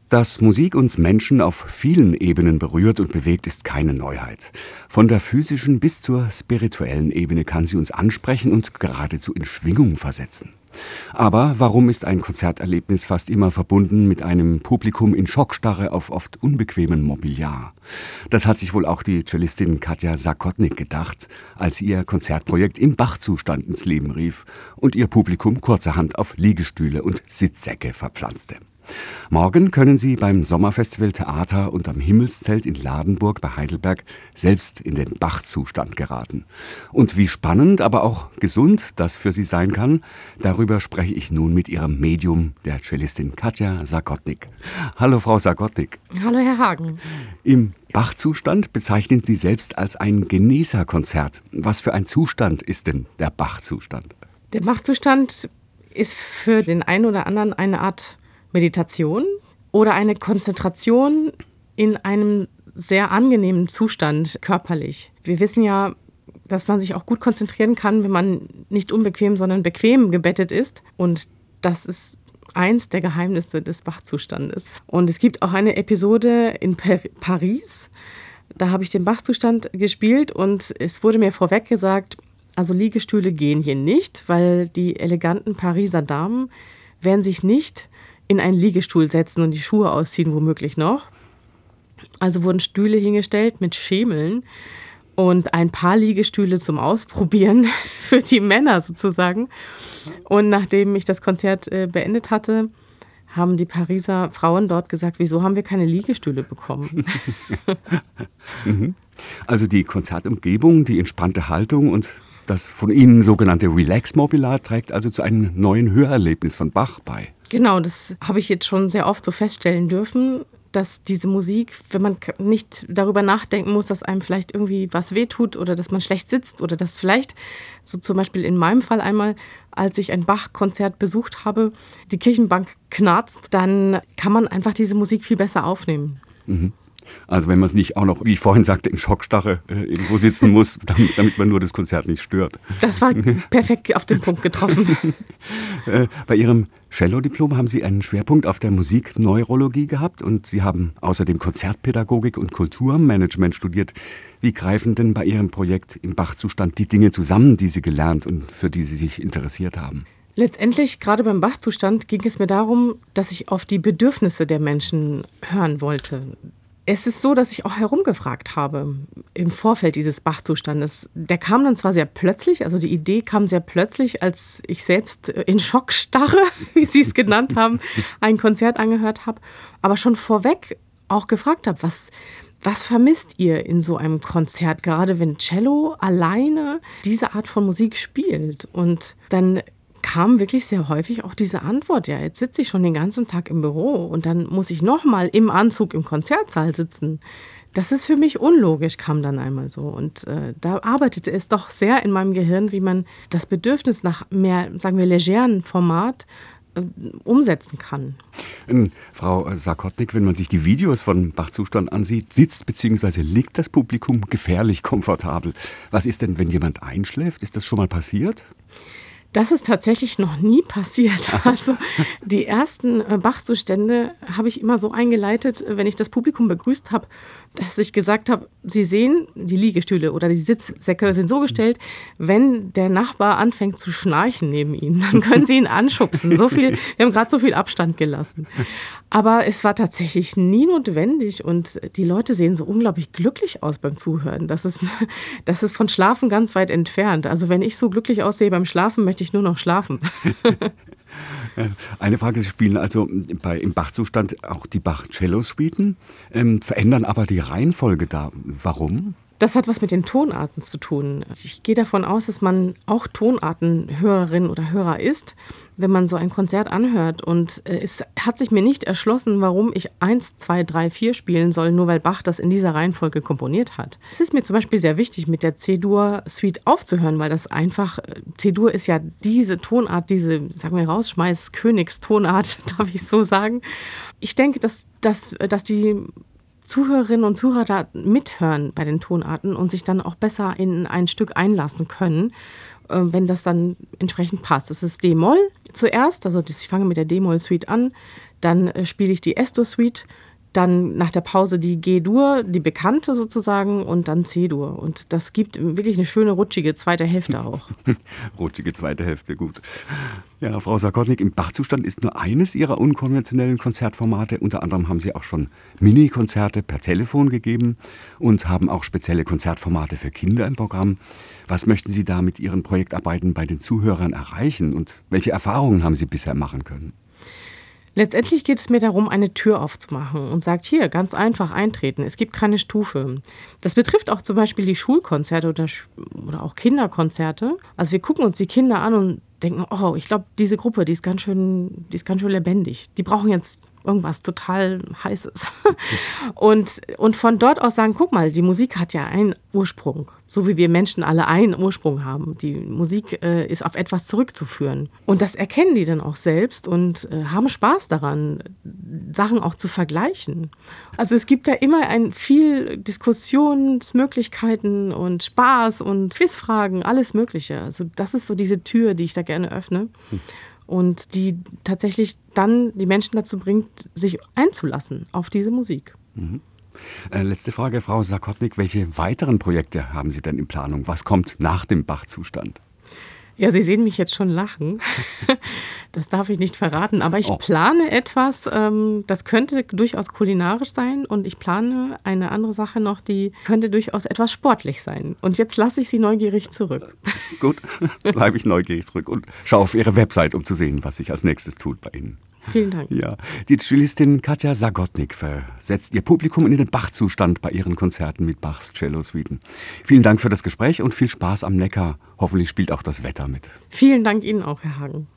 Dass Musik uns Menschen auf vielen Ebenen berührt und bewegt, ist keine Neuheit. Von der physischen bis zur spirituellen Ebene kann sie uns ansprechen und geradezu in Schwingung versetzen. Aber warum ist ein Konzerterlebnis fast immer verbunden mit einem Publikum in Schockstarre auf oft unbequemem Mobiliar? Das hat sich wohl auch die Cellistin Katja Zakotnik gedacht, als sie ihr Konzertprojekt im Bach-Zustand ins Leben rief und ihr Publikum kurzerhand auf Liegestühle und Sitzsäcke verpflanzte. Morgen können Sie beim Sommerfestival Theater unterm Himmelszelt in Ladenburg bei Heidelberg selbst in den Bach-Zustand geraten. Und wie spannend, aber auch gesund das für Sie sein kann, darüber spreche ich nun mit Ihrem Medium, der Cellistin Katja Zakotnik. Hallo Frau Zakotnik. Hallo Herr Hagen. Im Bach-Zustand bezeichnen Sie selbst als ein Genießerkonzert. Was für ein Zustand ist denn der Bach-Zustand? Der Bach-Zustand ist für den einen oder anderen eine Art Meditation oder eine Konzentration in einem sehr angenehmen Zustand körperlich. Wir wissen ja, dass man sich auch gut konzentrieren kann, wenn man nicht unbequem, sondern bequem gebettet ist. Und das ist eins der Geheimnisse des Bach-Zustandes. Und es gibt auch eine Episode in Paris, da habe ich den Bach-Zustand gespielt und es wurde mir vorweg gesagt, also Liegestühle gehen hier nicht, weil die eleganten Pariser Damen werden sich nicht in einen Liegestuhl setzen und die Schuhe ausziehen, womöglich noch. Also wurden Stühle hingestellt mit Schemeln und ein paar Liegestühle zum Ausprobieren für die Männer sozusagen. Und nachdem ich das Konzert beendet hatte, haben die Pariser Frauen dort gesagt, wieso haben wir keine Liegestühle bekommen? Also die Konzertumgebung, die entspannte Haltung und das von Ihnen sogenannte Relax-Mobiliar trägt also zu einem neuen Hörerlebnis von Bach bei. Genau, das habe ich jetzt schon sehr oft so feststellen dürfen, dass diese Musik, wenn man nicht darüber nachdenken muss, dass einem vielleicht irgendwie was wehtut oder dass man schlecht sitzt oder dass vielleicht, so zum Beispiel in meinem Fall einmal, als ich ein Bach-Konzert besucht habe, die Kirchenbank knarzt, dann kann man einfach diese Musik viel besser aufnehmen. Also wenn man es nicht auch noch, wie ich vorhin sagte, in Schockstarre irgendwo sitzen muss, damit man nur das Konzert nicht stört. Das war perfekt auf den Punkt getroffen. Bei Ihrem Cello-Diplom haben Sie einen Schwerpunkt auf der Musikneurologie gehabt und Sie haben außerdem Konzertpädagogik und Kulturmanagement studiert. Wie greifen denn bei Ihrem Projekt im Bach-Zustand die Dinge zusammen, die Sie gelernt und für die Sie sich interessiert haben? Letztendlich, gerade beim Bach-Zustand, ging es mir darum, dass ich auf die Bedürfnisse der Menschen hören wollte. Es ist so, dass ich auch herumgefragt habe im Vorfeld dieses Bach-Zustandes. Der kam dann zwar sehr plötzlich, also die Idee kam sehr plötzlich, als ich selbst in Schockstarre, wie Sie es genannt haben, ein Konzert angehört habe, aber schon vorweg auch gefragt habe, was vermisst ihr in so einem Konzert, gerade wenn Cello alleine diese Art von Musik spielt? Und dann kam wirklich sehr häufig auch diese Antwort, ja, jetzt sitze ich schon den ganzen Tag im Büro und dann muss ich nochmal im Anzug im Konzertsaal sitzen. Das ist für mich unlogisch, kam dann einmal so. Und da arbeitete es doch sehr in meinem Gehirn, wie man das Bedürfnis nach mehr, sagen wir, legeren Format umsetzen kann. Frau Zakotnik, wenn man sich die Videos von Bach-Zustand ansieht, sitzt bzw. liegt das Publikum gefährlich komfortabel. Was ist denn, wenn jemand einschläft? Ist das schon mal passiert? Das ist tatsächlich noch nie passiert. Also die ersten Bach-Zustände habe ich immer so eingeleitet, wenn ich das Publikum begrüßt habe, dass ich gesagt habe, Sie sehen, die Liegestühle oder die Sitzsäcke sind so gestellt, wenn der Nachbar anfängt zu schnarchen neben Ihnen, dann können Sie ihn anschubsen. Wir haben gerade so viel Abstand gelassen. Aber es war tatsächlich nie notwendig und die Leute sehen so unglaublich glücklich aus beim Zuhören. Das ist von Schlafen ganz weit entfernt. Also wenn ich so glücklich aussehe beim Schlafen, möchte ich nur noch schlafen. Eine Frage, Sie spielen also im Bach-Zustand auch die Bach-Cello-Suiten, verändern aber die Reihenfolge da. Warum? Das hat was mit den Tonarten zu tun. Ich gehe davon aus, dass man auch Tonartenhörerin oder Hörer ist, wenn man so ein Konzert anhört. Und es hat sich mir nicht erschlossen, warum ich 1, 2, 3, 4 spielen soll, nur weil Bach das in dieser Reihenfolge komponiert hat. Es ist mir zum Beispiel sehr wichtig, mit der C-Dur-Suite aufzuhören, weil das einfach, C-Dur ist ja diese Tonart, diese, sagen wir, Rausschmeiß-Königstonart, darf ich so sagen. Ich denke, dass die Zuhörerinnen und Zuhörer da mithören bei den Tonarten und sich dann auch besser in ein Stück einlassen können, wenn das dann entsprechend passt. Das ist D-Moll zuerst, also ich fange mit der D-Moll-Suite an, Dann spiele ich die Esto-Suite. Dann nach der Pause die G-Dur, die bekannte sozusagen, und dann C-Dur. Und das gibt wirklich eine schöne, rutschige zweite Hälfte auch. Rutschige zweite Hälfte, gut. Ja, Frau Sagodnik, im Bach-Zustand ist nur eines Ihrer unkonventionellen Konzertformate. Unter anderem haben Sie auch schon Mini-Konzerte per Telefon gegeben und haben auch spezielle Konzertformate für Kinder im Programm. Was möchten Sie da mit Ihren Projektarbeiten bei den Zuhörern erreichen und welche Erfahrungen haben Sie bisher machen können? Letztendlich geht es mir darum, eine Tür aufzumachen und sagt, hier, ganz einfach eintreten. Es gibt keine Stufe. Das betrifft auch zum Beispiel die Schulkonzerte oder auch Kinderkonzerte. Also wir gucken uns die Kinder an und denken, oh, ich glaube, diese Gruppe, die ist ganz schön lebendig. Die brauchen jetzt irgendwas total Heißes. Und von dort aus sagen, guck mal, die Musik hat ja einen Ursprung. So wie wir Menschen alle einen Ursprung haben. Die Musik ist auf etwas zurückzuführen. Und das erkennen die dann auch selbst und haben Spaß daran, Sachen auch zu vergleichen. Also es gibt da immer viel Diskussionsmöglichkeiten und Spaß und Quizfragen, alles Mögliche. Also das ist so diese Tür, die ich da gerne öffne. Und die tatsächlich dann die Menschen dazu bringt, sich einzulassen auf diese Musik. Mhm. Letzte Frage, Frau Sagodnik. Welche weiteren Projekte haben Sie denn in Planung? Was kommt nach dem Bach-Zustand? Ja, Sie sehen mich jetzt schon lachen. Das darf ich nicht verraten. Aber ich plane etwas, das könnte durchaus kulinarisch sein. Und ich plane eine andere Sache noch, die könnte durchaus etwas sportlich sein. Und jetzt lasse ich Sie neugierig zurück. Gut, bleibe ich neugierig zurück und schaue auf Ihre Website, um zu sehen, was sich als nächstes tut bei Ihnen. Vielen Dank. Ja, die Cellistin Katja Sagodnik versetzt ihr Publikum in den Bach-Zustand bei ihren Konzerten mit Bachs Cello-Suiten. Vielen Dank für das Gespräch und viel Spaß am Neckar. Hoffentlich spielt auch das Wetter mit. Vielen Dank Ihnen auch, Herr Hagen.